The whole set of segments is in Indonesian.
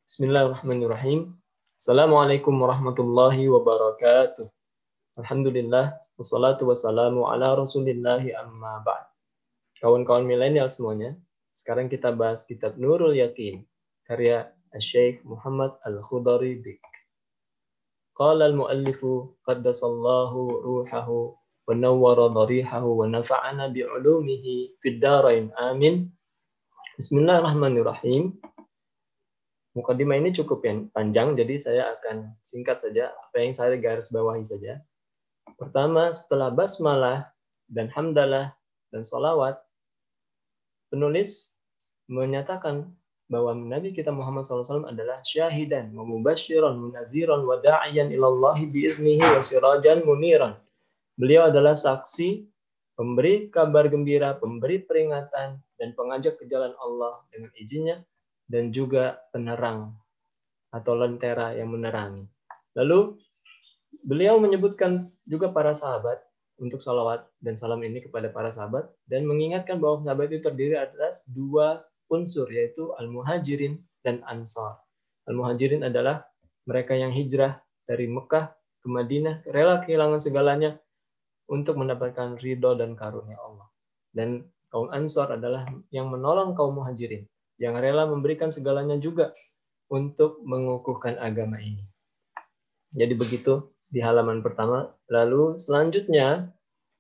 Bismillahirrahmanirrahim. Assalamualaikum warahmatullahi wabarakatuh. Alhamdulillah, wassalatu wassalamu ala rasulillahi amma ba'd. Kawan-kawan milenial semuanya, sekarang kita bahas kitab Nurul Yakin, karya Syekh Muhammad Al-Khudari Bik. Qala al-muallifu qaddasallahu ruhahu wa nawwara dharihahu wa nafa'ana bi'ulumihi fid darain amin. Bismillahirrahmanirrahim. Mukadimah ini cukup panjang, jadi saya akan singkat saja apa yang saya garis bawahi saja. Pertama, setelah basmalah dan hamdalah dan sholawat, penulis menyatakan bahwa Nabi kita Muhammad SAW adalah syahidan, wa mubasyiran, munadhiran, wa da'iyan ilallahi biiznihi wa sirajan muniran. Beliau adalah saksi, pemberi kabar gembira, pemberi peringatan, dan pengajak ke jalan Allah dengan izinnya, dan juga penerang atau lentera yang menerangi. Lalu beliau menyebutkan juga para sahabat untuk salawat dan salam ini kepada para sahabat dan mengingatkan bahwa sahabat itu terdiri atas dua unsur, yaitu al-muhajirin dan ansar. Al-muhajirin adalah mereka yang hijrah dari Mekah ke Madinah, rela kehilangan segalanya untuk mendapatkan ridho dan karunia Allah. Dan kaum ansar adalah yang menolong kaum muhajirin, yang rela memberikan segalanya juga untuk mengukuhkan agama ini. Jadi begitu di halaman pertama. Lalu selanjutnya,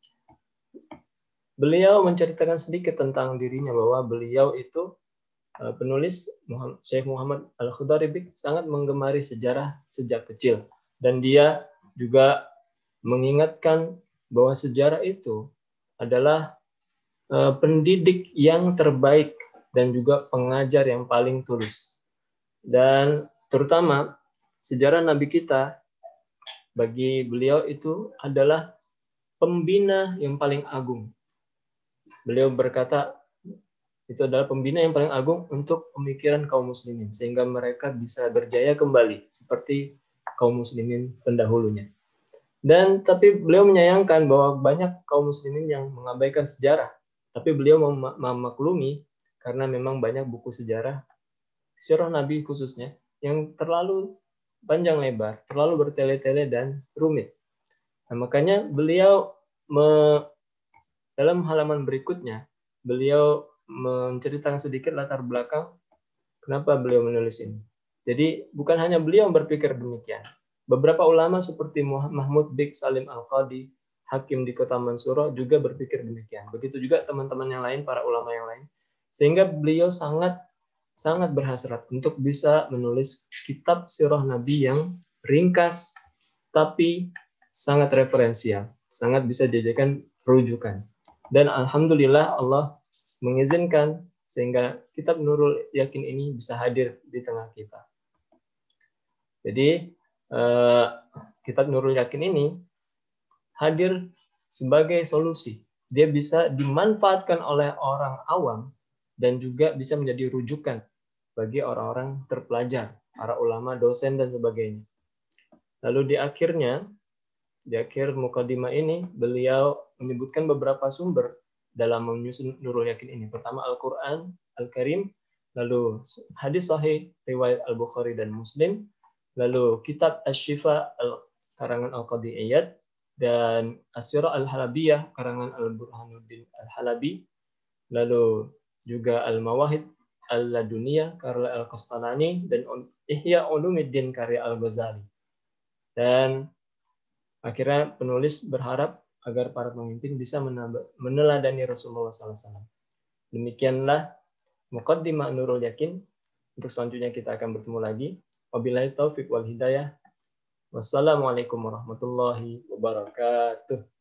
beliau menceritakan sedikit tentang dirinya, bahwa beliau itu penulis Syekh Muhammad Al-Khudari Bik sangat menggemari sejarah sejak kecil. Dan dia juga mengingatkan bahwa sejarah itu adalah pendidik yang terbaik dan juga pengajar yang paling tulus. Dan terutama sejarah Nabi kita bagi beliau itu adalah pembina yang paling agung. Beliau berkata itu adalah pembina yang paling agung untuk pemikiran kaum muslimin, sehingga mereka bisa berjaya kembali seperti kaum muslimin pendahulunya. Dan tapi beliau menyayangkan bahwa banyak kaum muslimin yang mengabaikan sejarah, tapi beliau memaklumi karena memang banyak buku sejarah, sirah Nabi khususnya, yang terlalu panjang lebar, terlalu bertele-tele dan rumit. Nah, makanya beliau dalam halaman berikutnya, beliau menceritakan sedikit latar belakang kenapa beliau menulis ini. Jadi bukan hanya beliau yang berpikir demikian. Beberapa ulama seperti Mahmud Bik Salim Al-Qadi, hakim di kota Mansura, juga berpikir demikian. Begitu juga teman-teman yang lain, para ulama yang lain. Sehingga beliau sangat berhasrat untuk bisa menulis kitab sirah Nabi yang ringkas, tapi sangat referensial, sangat bisa dijadikan rujukan. Dan alhamdulillah Allah mengizinkan sehingga kitab Nurul Yakin ini bisa hadir di tengah kita. Jadi kitab Nurul Yakin ini hadir sebagai solusi. Dia bisa dimanfaatkan oleh orang awam dan juga bisa menjadi rujukan bagi orang-orang terpelajar, para ulama, dosen, dan sebagainya. Lalu di akhir mukadimah ini, beliau menyebutkan beberapa sumber dalam menyusun Nurul Yakin ini. Pertama, Al-Quran Al-Karim, lalu hadis sahih riwayat Al-Bukhari dan Muslim, lalu kitab Asy-Syifa karangan Al-Qadi Iyad, dan As-Sirah Al-Halabiyah karangan Al-Burhanuddin Al-Halabi, lalu juga Al-Mawahid Al-Laduniyah karya Al-Qastalani, dan Ihya Ulumuddin karya Al-Ghazali. Dan akhirnya penulis berharap agar para pemimpin bisa meneladani Rasulullah SAW. Demikianlah Muqaddimah Nurul Yakin. Untuk selanjutnya kita akan bertemu lagi. Wabillahi taufiq wal hidayah. Wassalamualaikum warahmatullahi wabarakatuh.